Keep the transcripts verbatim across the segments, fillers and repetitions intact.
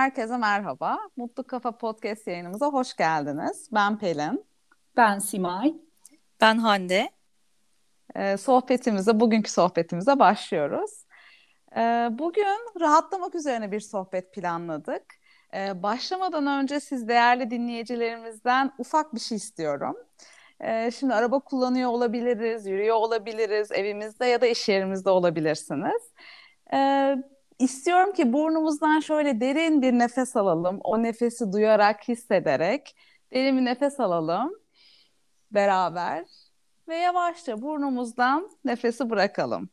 Herkese merhaba. Mutlu Kafa Podcast yayınımıza hoş geldiniz. Ben Pelin. Ben Simay. Ben Hande. Ee, sohbetimize, bugünkü sohbetimize başlıyoruz. Ee, bugün rahatlamak üzerine bir sohbet planladık. Ee, başlamadan önce siz değerli dinleyicilerimizden ufak bir şey istiyorum. Ee, şimdi araba kullanıyor olabiliriz, yürüyor olabiliriz, evimizde ya da iş yerimizde olabilirsiniz. Ee, istiyorum ki burnumuzdan şöyle derin bir nefes alalım. O nefesi duyarak, hissederek derin bir nefes alalım beraber ve yavaşça burnumuzdan nefesi bırakalım.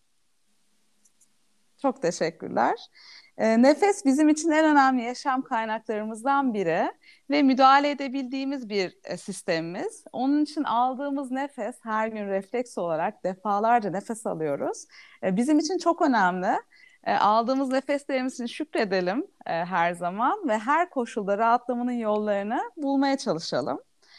Çok teşekkürler. E, nefes bizim için en önemli yaşam kaynaklarımızdan biri ve müdahale edebildiğimiz bir e, sistemimiz. Onun için aldığımız nefes her gün refleks olarak defalarca nefes alıyoruz. E, bizim için çok önemli. E, aldığımız nefeslerimiz için şükredelim e, her zaman ve her koşulda rahatlamanın yollarını bulmaya çalışalım.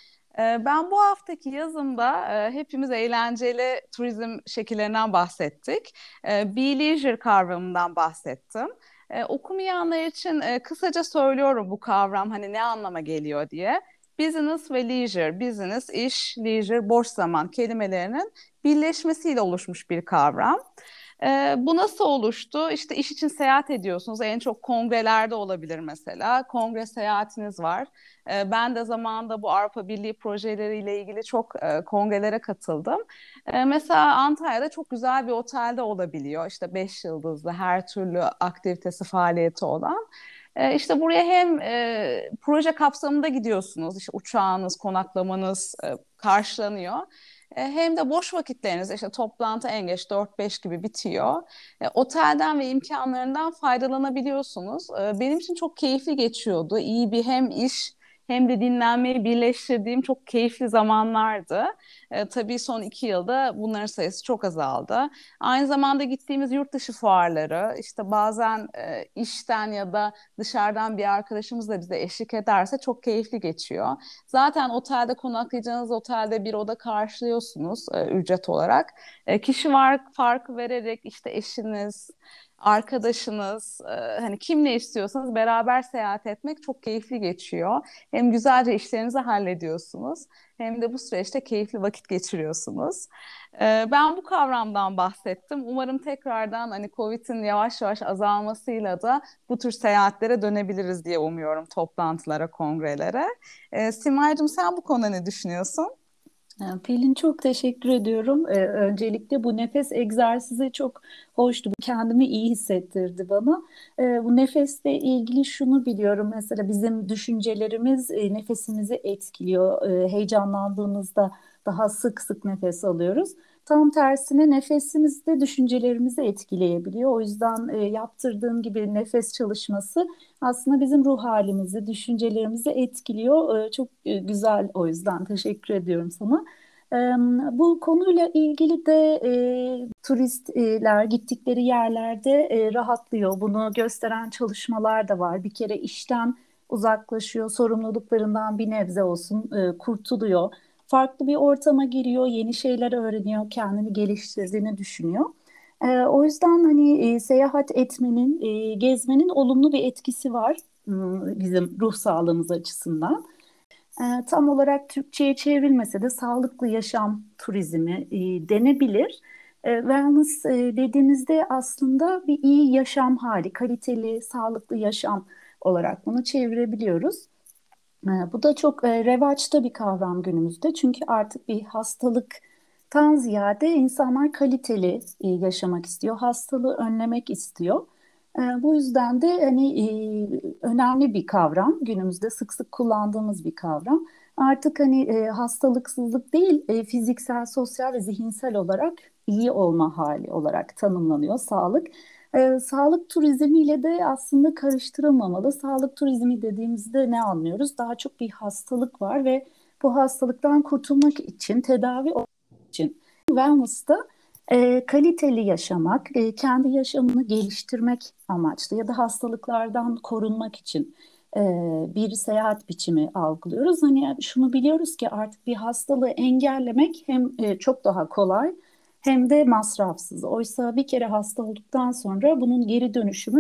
Ee, Ben bu haftaki yazımda e, hepimiz eğlenceli turizm şekillerinden bahsettik. E, Be Leisure kavramından bahsettim. E, Okumayanlar için e, kısaca söylüyorum bu kavram hani ne anlama geliyor diye. Business ve leisure, business, iş, leisure, boş zaman kelimelerinin birleşmesiyle oluşmuş bir kavram. Ee, bu nasıl oluştu? İşte iş için seyahat ediyorsunuz. En çok kongrelerde olabilir mesela. Kongre seyahatiniz var. Ee, ben de zamanında bu Avrupa Birliği projeleriyle ilgili çok e, kongrelere katıldım. Ee, mesela Antalya'da çok güzel bir otelde olabiliyor. İşte beş yıldızlı her türlü aktivitesi faaliyeti olan. Ee, işte buraya hem e, proje kapsamında gidiyorsunuz. İşte uçağınız, konaklamanız e, karşılanıyor. E, Hem de boş vakitleriniz işte toplantı en geç dört beş gibi bitiyor. E, otelden ve imkanlarından faydalanabiliyorsunuz. E, benim için çok keyifli geçiyordu. İyi bir hem iş hem de dinlenmeyi birleştirdiğim çok keyifli zamanlardı. E, tabii son iki yılda bunların sayısı çok azaldı. Aynı zamanda gittiğimiz yurt dışı fuarları, işte bazen e, işten ya da dışarıdan bir arkadaşımız da bize eşlik ederse çok keyifli geçiyor. Zaten otelde konaklayacağınız otelde bir oda karşılıyorsunuz e, ücret olarak. E, kişi var farkı vererek işte eşiniz, arkadaşınız, e, hani kimle istiyorsanız beraber seyahat etmek çok keyifli geçiyor. Hem güzelce işlerinizi hallediyorsunuz hem de bu süreçte keyifli vakit geçiriyorsunuz. E, ben bu kavramdan bahsettim. Umarım tekrardan hani Covid'in yavaş yavaş azalmasıyla da bu tür seyahatlere dönebiliriz diye umuyorum toplantılara, kongrelere. E, Simay'cığım sen bu konuda ne düşünüyorsun? Ee, Pelin çok teşekkür ediyorum. Ee, öncelikle bu nefes egzersizi çok hoştu. Bu kendimi iyi hissettirdi bana. Ee, bu nefesle ilgili şunu biliyorum. Mesela bizim düşüncelerimiz e, nefesimizi etkiliyor. Ee, heyecanlandığımızda daha sık sık nefes alıyoruz. Tam tersine nefesimiz de düşüncelerimizi etkileyebiliyor. O yüzden e, yaptırdığım gibi nefes çalışması aslında bizim ruh halimizi, düşüncelerimizi etkiliyor. Ee, çok e, güzel, o yüzden teşekkür ediyorum sana. Ee, Bu konuyla ilgili de e, turistler gittikleri yerlerde e, rahatlıyor. Bunu gösteren çalışmalar da var. Bir kere işten uzaklaşıyor, sorumluluklarından bir nebze olsun e, kurtuluyor. Farklı bir ortama giriyor, yeni şeyler öğreniyor, kendini geliştirdiğini düşünüyor. Ee, o yüzden hani e, seyahat etmenin, e, gezmenin olumlu bir etkisi var hmm, bizim ruh sağlığımız açısından. Ee, tam olarak Türkçe'ye çevrilmese de sağlıklı yaşam turizmi e, denebilir. E, wellness e, dediğimizde aslında bir iyi yaşam hali, kaliteli, sağlıklı yaşam olarak bunu çevirebiliyoruz. E, Bu da çok e, revaçta bir kavram günümüzde. Çünkü artık bir hastalıktan ziyade insanlar kaliteli e, yaşamak istiyor, hastalığı önlemek istiyor. E, Bu yüzden de hani e, önemli bir kavram, günümüzde sık sık kullandığımız bir kavram. Artık hani e, hastalıksızlık değil, e, fiziksel, sosyal ve zihinsel olarak iyi olma hali olarak tanımlanıyor sağlık. Ee, sağlık turizmiyle de aslında karıştırılmamalı. Sağlık turizmi dediğimizde ne anlıyoruz? Daha çok bir hastalık var ve bu hastalıktan kurtulmak için, tedavi olmak için wellness'ta e, kaliteli yaşamak, e, kendi yaşamını geliştirmek amaçlı ya da hastalıklardan korunmak için e, bir seyahat biçimi algılıyoruz. Hani şunu biliyoruz ki artık bir hastalığı engellemek hem e, çok daha kolay hem de masrafsız. Oysa bir kere hasta olduktan sonra bunun geri dönüşümü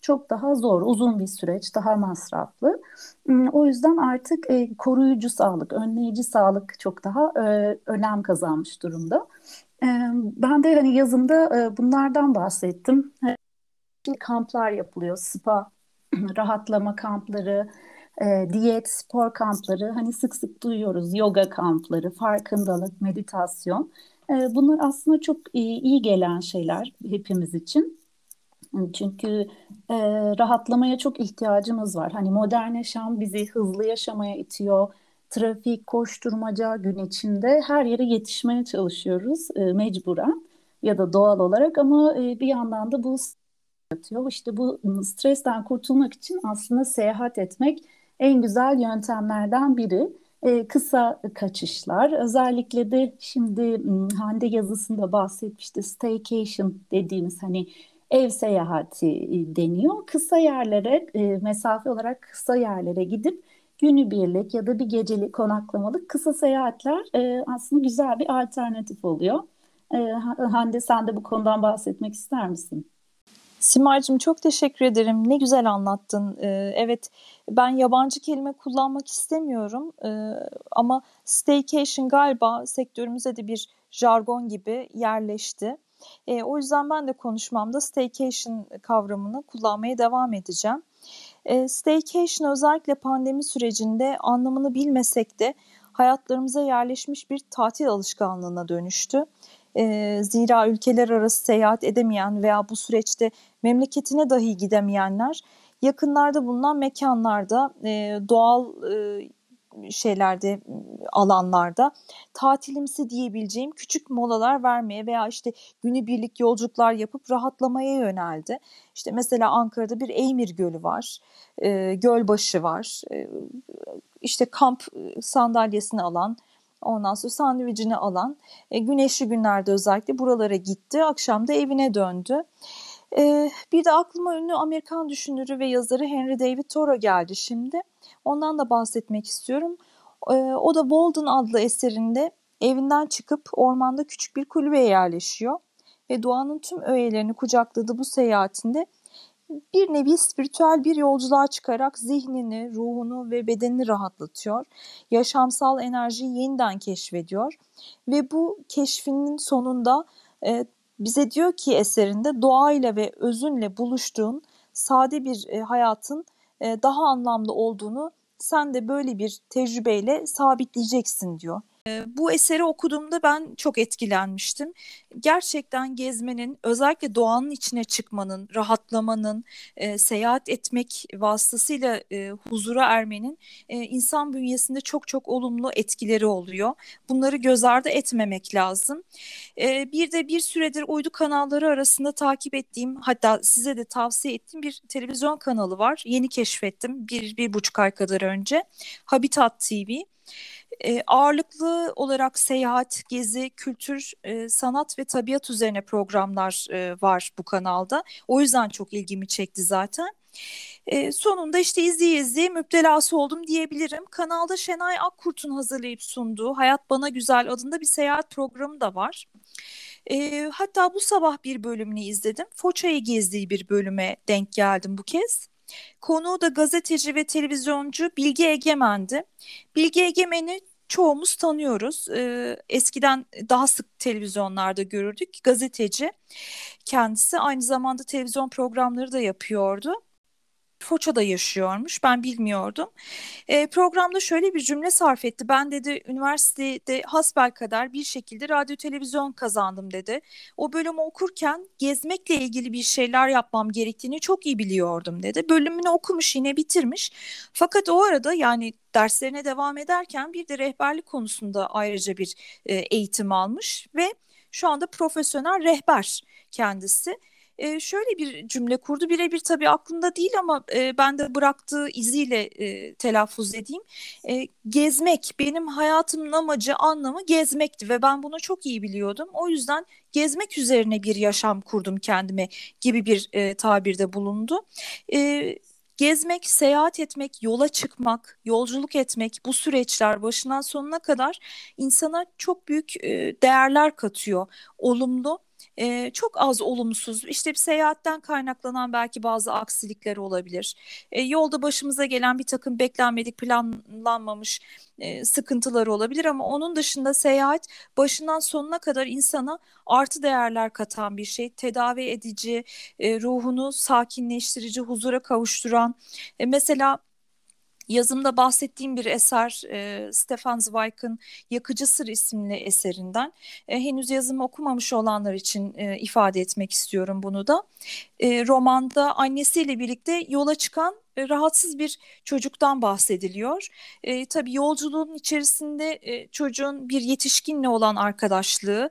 çok daha zor, uzun bir süreç, daha masraflı. Hmm, O yüzden artık e, koruyucu sağlık, önleyici sağlık çok daha e, önem kazanmış durumda. E, Ben de hani yazımda e, bunlardan bahsettim. Şimdi kamplar yapılıyor, spa, rahatlama kampları, e, diyet, spor kampları. Hani sık sık duyuyoruz yoga kampları, farkındalık, meditasyon. E, bunlar aslında çok iyi, iyi gelen şeyler hepimiz için. Çünkü e, rahatlamaya çok ihtiyacımız var. Hani modern yaşam bizi hızlı yaşamaya itiyor. Trafik, koşturmaca, gün içinde her yere yetişmeye çalışıyoruz e, mecburen ya da doğal olarak, ama e, bir yandan da bu yaratıyor. İşte bu stresten kurtulmak için aslında seyahat etmek en güzel yöntemlerden biri. Ee, kısa kaçışlar, özellikle de şimdi m, Hande yazısında bahsetmişti, staycation dediğimiz hani ev seyahati e, deniyor. Kısa yerlere, e, mesafe olarak kısa yerlere gidip günübirlik ya da bir gecelik konaklamalık kısa seyahatler e, aslında güzel bir alternatif oluyor. E, Hande, sen de bu konudan bahsetmek ister misin? Simay'cığım çok teşekkür ederim. Ne güzel anlattın. Ee, evet, ben yabancı kelime kullanmak istemiyorum. Ee, ama staycation galiba sektörümüze de bir jargon gibi yerleşti. Ee, o yüzden ben de konuşmamda staycation kavramını kullanmaya devam edeceğim. Ee, staycation özellikle pandemi sürecinde anlamını bilmesek de hayatlarımıza yerleşmiş bir tatil alışkanlığına dönüştü. E, zira ülkeler arası seyahat edemeyen veya bu süreçte memleketine dahi gidemeyenler yakınlarda bulunan mekanlarda, e, doğal e, şeylerde, alanlarda tatilimsi diyebileceğim küçük molalar vermeye veya işte günübirlik yolculuklar yapıp rahatlamaya yöneldi. İşte mesela Ankara'da bir Eymir Gölü var, e, Gölbaşı var, e, işte kamp sandalyesini alan, ondan sonra sandviçini alan, e, güneşli günlerde özellikle buralara gitti. Akşam da evine döndü. E, bir de aklıma ünlü Amerikan düşünürü ve yazarı Henry David Thoreau geldi şimdi. Ondan da bahsetmek istiyorum. E, o da Walden adlı eserinde evinden çıkıp ormanda küçük bir kulübeye yerleşiyor. Ve doğanın tüm öğelerini kucakladığı bu seyahatinde bir nevi spiritüel bir yolculuğa çıkarak zihnini, ruhunu ve bedenini rahatlatıyor. Yaşamsal enerjiyi yeniden keşfediyor ve bu keşfinin sonunda e, bize diyor ki eserinde doğayla ve özünle buluştuğun sade bir e, hayatın e, daha anlamlı olduğunu sen de böyle bir tecrübeyle sabitleyeceksin diyor. Bu eseri okuduğumda ben çok etkilenmiştim. Gerçekten gezmenin, özellikle doğanın içine çıkmanın, rahatlamanın, e, seyahat etmek vasıtasıyla e, huzura ermenin e, insan bünyesinde çok çok olumlu etkileri oluyor. Bunları göz ardı etmemek lazım. E, bir de bir süredir uydu kanalları arasında takip ettiğim, hatta size de tavsiye ettiğim bir televizyon kanalı var. Yeni keşfettim bir, bir buçuk ay kadar önce. Habitat T V. E, ağırlıklı olarak seyahat, gezi, kültür, e, sanat ve tabiat üzerine programlar e, var bu kanalda. O yüzden çok ilgimi çekti zaten. E, sonunda işte izleye izleye müptelası oldum diyebilirim. Kanalda Şenay Akkurt'un hazırlayıp sunduğu Hayat Bana Güzel adında bir seyahat programı da var. E, hatta bu sabah bir bölümünü izledim. Foça'yı gezdiği bir bölüme denk geldim bu kez. Konuğu da gazeteci ve televizyoncu Bilge Egemen'di. Bilge Egemen'i çoğumuz tanıyoruz. Ee, eskiden daha sık televizyonlarda görürdük. Gazeteci kendisi, aynı zamanda televizyon programları da yapıyordu. Foça'da yaşıyormuş. Ben bilmiyordum. E, programda şöyle bir cümle sarf etti. Ben dedi üniversitede hasbelkader bir şekilde radyo televizyon kazandım dedi. O bölümü okurken gezmekle ilgili bir şeyler yapmam gerektiğini çok iyi biliyordum dedi. Bölümünü okumuş, yine bitirmiş. Fakat o arada, yani derslerine devam ederken, bir de rehberlik konusunda ayrıca bir e, eğitim almış ve şu anda profesyonel rehber kendisi. E, şöyle bir cümle kurdu. Birebir tabii aklımda değil ama e, ben de bıraktığı iziyle e, telaffuz edeyim. E, gezmek, benim hayatımın amacı, anlamı gezmekti ve ben bunu çok iyi biliyordum. O yüzden gezmek üzerine bir yaşam kurdum kendime gibi bir e, tabirde bulundu. E, Gezmek, seyahat etmek, yola çıkmak, yolculuk etmek, bu süreçler başından sonuna kadar insana çok büyük e, değerler katıyor, olumlu. e, çok az olumsuz, işte bir seyahatten kaynaklanan belki bazı aksilikler olabilir. E, yolda başımıza gelen bir takım beklenmedik, planlanmamış e, sıkıntılar olabilir ama onun dışında seyahat başından sonuna kadar insana artı değerler katan bir şey. Tedavi edici, e, ruhunu sakinleştirici, huzura kavuşturan. E, mesela yazımda bahsettiğim bir eser, e, Stefan Zweig'ın Yakıcı Sır isimli eserinden. E, henüz yazımı okumamış olanlar için e, ifade etmek istiyorum bunu da. E, romanda annesiyle birlikte yola çıkan e, rahatsız bir çocuktan bahsediliyor. E, tabii yolculuğun içerisinde e, çocuğun bir yetişkinle olan arkadaşlığı,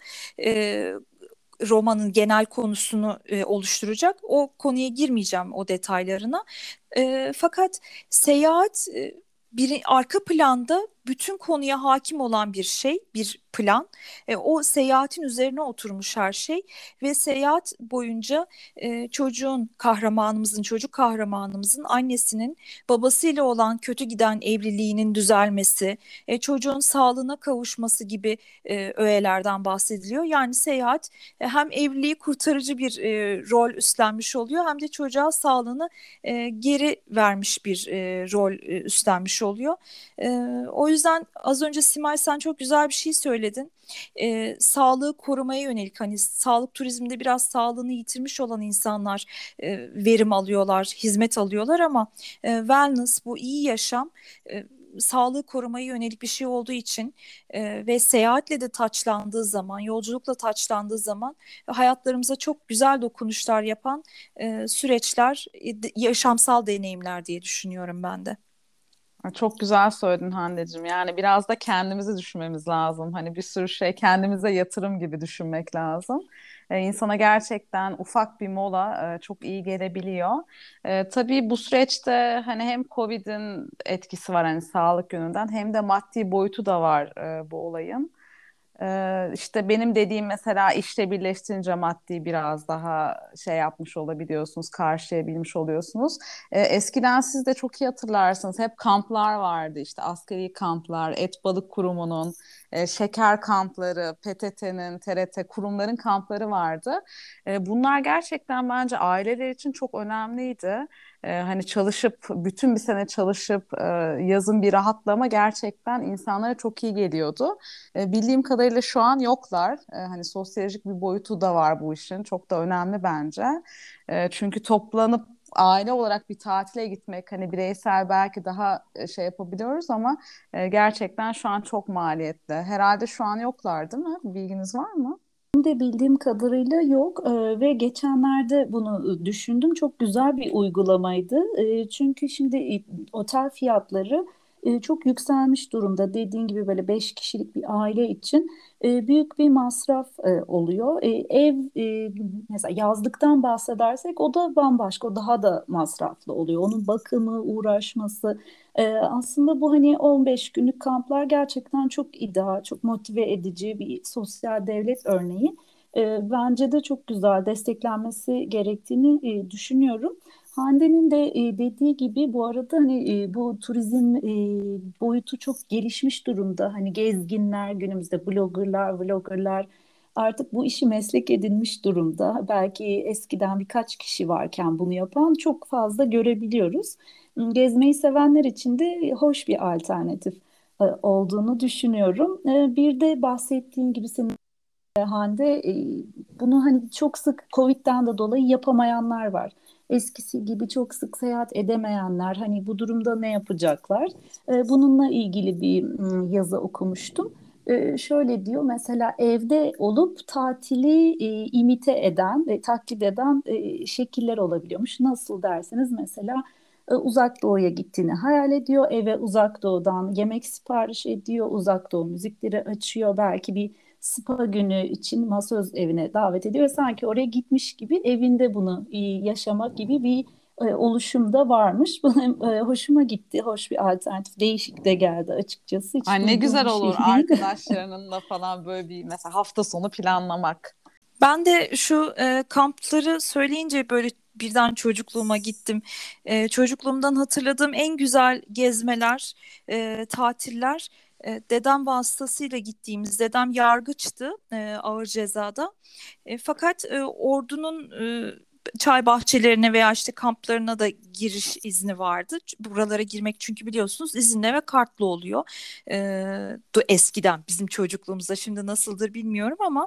e, romanın genel konusunu e, oluşturacak. O konuya girmeyeceğim, o detaylarına. E, fakat seyahat e, bir arka planda bütün konuya hakim olan bir şey, bir plan. E, o seyahatin üzerine oturmuş her şey ve seyahat boyunca e, çocuğun, kahramanımızın, çocuk kahramanımızın annesinin babasıyla olan kötü giden evliliğinin düzelmesi, e, çocuğun sağlığına kavuşması gibi e, öğelerden bahsediliyor. Yani seyahat e, hem evliliği kurtarıcı bir e, rol üstlenmiş oluyor hem de çocuğa sağlığını e, geri vermiş bir e, rol e, üstlenmiş oluyor. E, o yüzden az önce Simay, sen çok güzel bir şey söyledin. E, sağlığı korumaya yönelik, hani sağlık turizminde biraz sağlığını yitirmiş olan insanlar e, verim alıyorlar, hizmet alıyorlar ama e, wellness, bu iyi yaşam, e, sağlığı korumaya yönelik bir şey olduğu için e, ve seyahatle de taçlandığı zaman, yolculukla taçlandığı zaman hayatlarımıza çok güzel dokunuşlar yapan e, süreçler, e, de- yaşamsal deneyimler diye düşünüyorum ben de. Çok güzel söyledin Hande'cim. Yani biraz da kendimizi düşünmemiz lazım. Hani bir sürü şey kendimize yatırım gibi düşünmek lazım. Ee, insana gerçekten ufak bir mola e, çok iyi gelebiliyor. Ee, tabii bu süreçte hani hem Covid'in etkisi var hani sağlık yönünden hem de maddi boyutu da var e, bu olayın. Ee, işte benim dediğim mesela işle birleştirince maddi biraz daha şey yapmış olabiliyorsunuz, karşılayabilmiş oluyorsunuz. Ee, eskiden siz de çok iyi hatırlarsınız. Hep kamplar vardı işte askeri kamplar, Et Balık Kurumu'nun, e, şeker kampları, P T T'nin, T R T kurumların kampları vardı. E, bunlar gerçekten bence aileler için çok önemliydi. E, hani çalışıp bütün bir sene çalışıp e, yazın bir rahatlama gerçekten insanlara çok iyi geliyordu. E, bildiğim kadarıyla şu an yoklar. E, hani sosyolojik bir boyutu da var bu işin. Çok da önemli bence. E, çünkü toplanıp aile olarak bir tatile gitmek hani bireysel belki daha e, şey yapabiliyoruz ama e, gerçekten şu an çok maliyetli. Herhalde şu an yoklar değil mi? Bilginiz var mı? Benim de bildiğim kadarıyla yok. Ee, ve geçenlerde bunu e, düşündüm. Çok güzel bir uygulamaydı. Ee, çünkü şimdi e, otel fiyatları e, çok yükselmiş durumda. Dediğin gibi böyle beş kişilik bir aile için e, büyük bir masraf e, oluyor. E, ev e, mesela yazlıktan bahsedersek o da bambaşka, o daha da masraflı oluyor. Onun bakımı, uğraşması. Ee, aslında bu hani on beş günlük kamplar gerçekten çok ideal, çok motive edici bir sosyal devlet örneği. Ee, bence de çok güzel, desteklenmesi gerektiğini e, düşünüyorum. Hande'nin de e, dediği gibi bu arada hani e, bu turizm e, boyutu çok gelişmiş durumda. Hani gezginler, günümüzde bloggerlar, vloggerlar artık bu işi meslek edinmiş durumda. Belki eskiden birkaç kişi varken bunu yapan çok fazla görebiliyoruz. Gezmeyi sevenler için de hoş bir alternatif e, olduğunu düşünüyorum. E, Bir de bahsettiğim gibi senin de Hande, e, bunu hani çok sık Covid'den de dolayı yapamayanlar var. Eskisi gibi çok sık seyahat edemeyenler hani bu durumda ne yapacaklar? E, Bununla ilgili bir mm, yazı okumuştum. E, Şöyle diyor mesela evde olup tatili e, imite eden, e, taklit eden e, şekiller olabiliyormuş. Nasıl derseniz mesela e, Uzak Doğu'ya gittiğini hayal ediyor. Eve Uzak Doğu'dan yemek sipariş ediyor. Uzak Doğu müzikleri açıyor. Belki bir spa günü için masöz evine davet ediyor. Ve sanki oraya gitmiş gibi evinde bunu e, yaşamak gibi bir e, oluşum da varmış. Bu hem, e, hoşuma gitti. Hoş bir alternatif. Değişik de geldi açıkçası. Hiç Ay ne duyduğum güzel bir olur şey değil. arkadaşlarınınla falan böyle bir mesela hafta sonu planlamak. Ben de şu e, kampları söyleyince böyle birden çocukluğuma gittim. E, çocukluğumdan hatırladığım en güzel gezmeler, e, tatiller E, dedem vasıtasıyla gittiğimiz, dedem yargıçtı e, ağır cezada. E, fakat e, ordunun e, çay bahçelerine veya işte kamplarına da giriş izni vardı. Ç- Buralara girmek çünkü biliyorsunuz izinle ve kartlı oluyor. E, du- eskiden bizim çocukluğumuzda, şimdi nasıldır bilmiyorum ama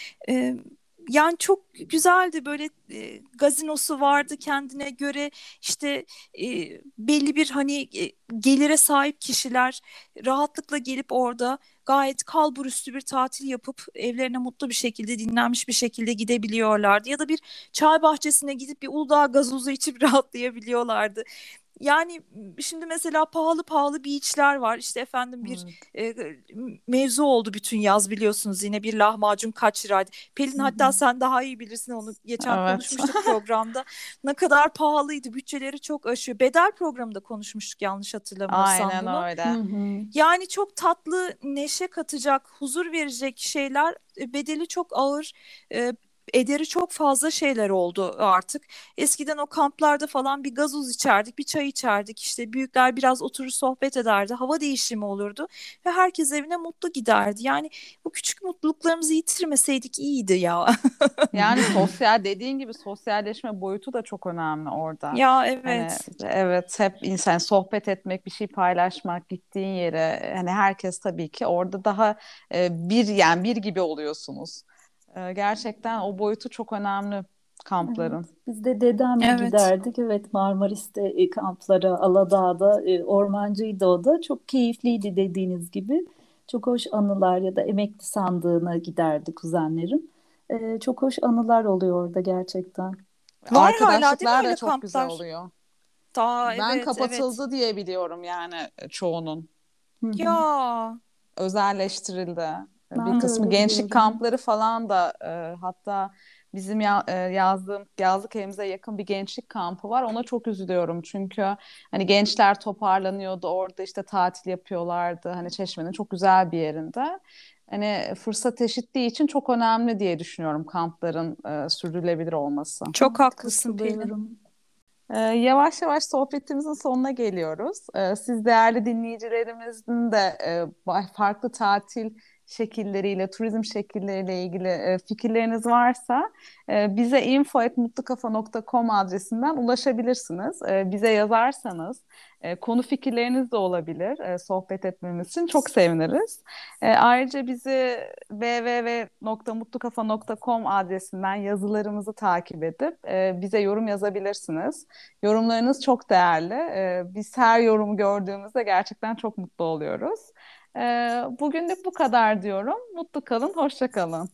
e, yani çok güzeldi, böyle e, gazinosu vardı kendine göre, işte e, belli bir hani e, gelire sahip kişiler rahatlıkla gelip orada gayet kalburüstü bir tatil yapıp evlerine mutlu bir şekilde, dinlenmiş bir şekilde gidebiliyorlardı. Ya da bir çay bahçesine gidip bir Uludağ gazozu içip rahatlayabiliyorlardı. Yani şimdi mesela pahalı pahalı beachler var. İşte efendim bir Evet. e, mevzu oldu bütün yaz, biliyorsunuz, yine bir lahmacun kaç liraydı. Pelin, Hı hatta hı. sen daha iyi bilirsin, onu geçen Evet. konuşmuştuk programda. Ne kadar pahalıydı, bütçeleri çok aşıyor. Bedel programında konuşmuştuk yanlış hatırlamıyorsam Aynen bunu. Hı öyle. hı. Yani çok tatlı, neşe katacak, huzur verecek şeyler, e, bedeli çok ağır, e, ederi çok fazla şeyler oldu artık. Eskiden o kamplarda falan bir gazoz içerdik, bir çay içerdik, işte büyükler biraz oturur sohbet ederdi, hava değişimi olurdu ve herkes evine mutlu giderdi. Yani bu küçük mutluluklarımızı yitirmeseydik iyiydi ya. Yani sosyal, dediğin gibi sosyalleşme boyutu da çok önemli orada. Ya Hani evet. evet, hep insan sohbet etmek, bir şey paylaşmak, gittiğin yere, hani herkes tabii ki orada daha e, bir, yani bir gibi oluyorsunuz. E, gerçekten o boyutu çok önemli Evet, kampların. biz de dedemle Evet. giderdik. Evet, Marmaris'te e, kamplara, Aladağ'da, e, ormancıydı o da. Çok keyifliydi dediğiniz gibi. Çok hoş anılar, ya da emekli sandığına giderdi kuzenlerim. E, çok hoş anılar oluyor orada gerçekten. Var hala değil mi Arkadaşlıklar da öyle çok güzel kamplar? oluyor. Daha Ben evet, evet. kapatıldı diye biliyorum yani çoğunun. Hı hı. Ya Özelleştirildi. Bir Ben de kısmı öyle gençlik biliyorum. kampları falan da e, hatta bizim ya, e, yazdığım yazlık evimize yakın bir gençlik kampı var. Ona çok üzülüyorum çünkü hani gençler toparlanıyordu orada, işte tatil yapıyorlardı. Hani Çeşme'nin çok güzel bir yerinde. Hani fırsat eşitliği için çok önemli diye düşünüyorum kampların e, sürdürülebilir olması. çok Evet, haklısın Pelin. katılıyorum. Ee, yavaş yavaş sohbetimizin sonuna geliyoruz. Ee, siz değerli dinleyicilerimizin de e, ba- farklı tatil şekilleriyle, turizm şekilleriyle ilgili e, fikirleriniz varsa e, bize info at mutlukafa nokta com adresinden ulaşabilirsiniz. E, bize yazarsanız e, konu fikirleriniz de olabilir. E, sohbet etmemiz için çok seviniriz. E, ayrıca bizi w w w nokta mutlukafa nokta com adresinden yazılarımızı takip edip e, bize yorum yazabilirsiniz. Yorumlarınız çok değerli. Ee, biz her yorumu gördüğümüzde gerçekten çok mutlu oluyoruz. Ee, bugünlük bu kadar diyorum. Mutlu kalın, hoşça kalın.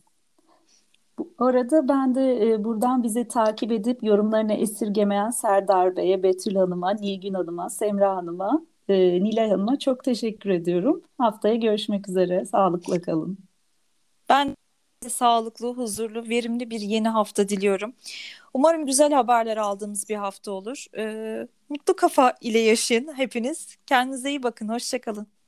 Bu arada ben de e, buradan bizi takip edip yorumlarını esirgemeyen Serdar Bey'e, Betül Hanım'a, Nilgün Hanım'a, Semra Hanım'a, e, Nilay Hanım'a çok teşekkür ediyorum. Haftaya görüşmek üzere. Sağlıkla kalın. Ben de sağlıklı, huzurlu, verimli bir yeni hafta diliyorum. Umarım güzel haberler aldığımız bir hafta olur. Ee, mutlu kafa ile yaşayın hepiniz. Kendinize iyi bakın. Hoşça kalın.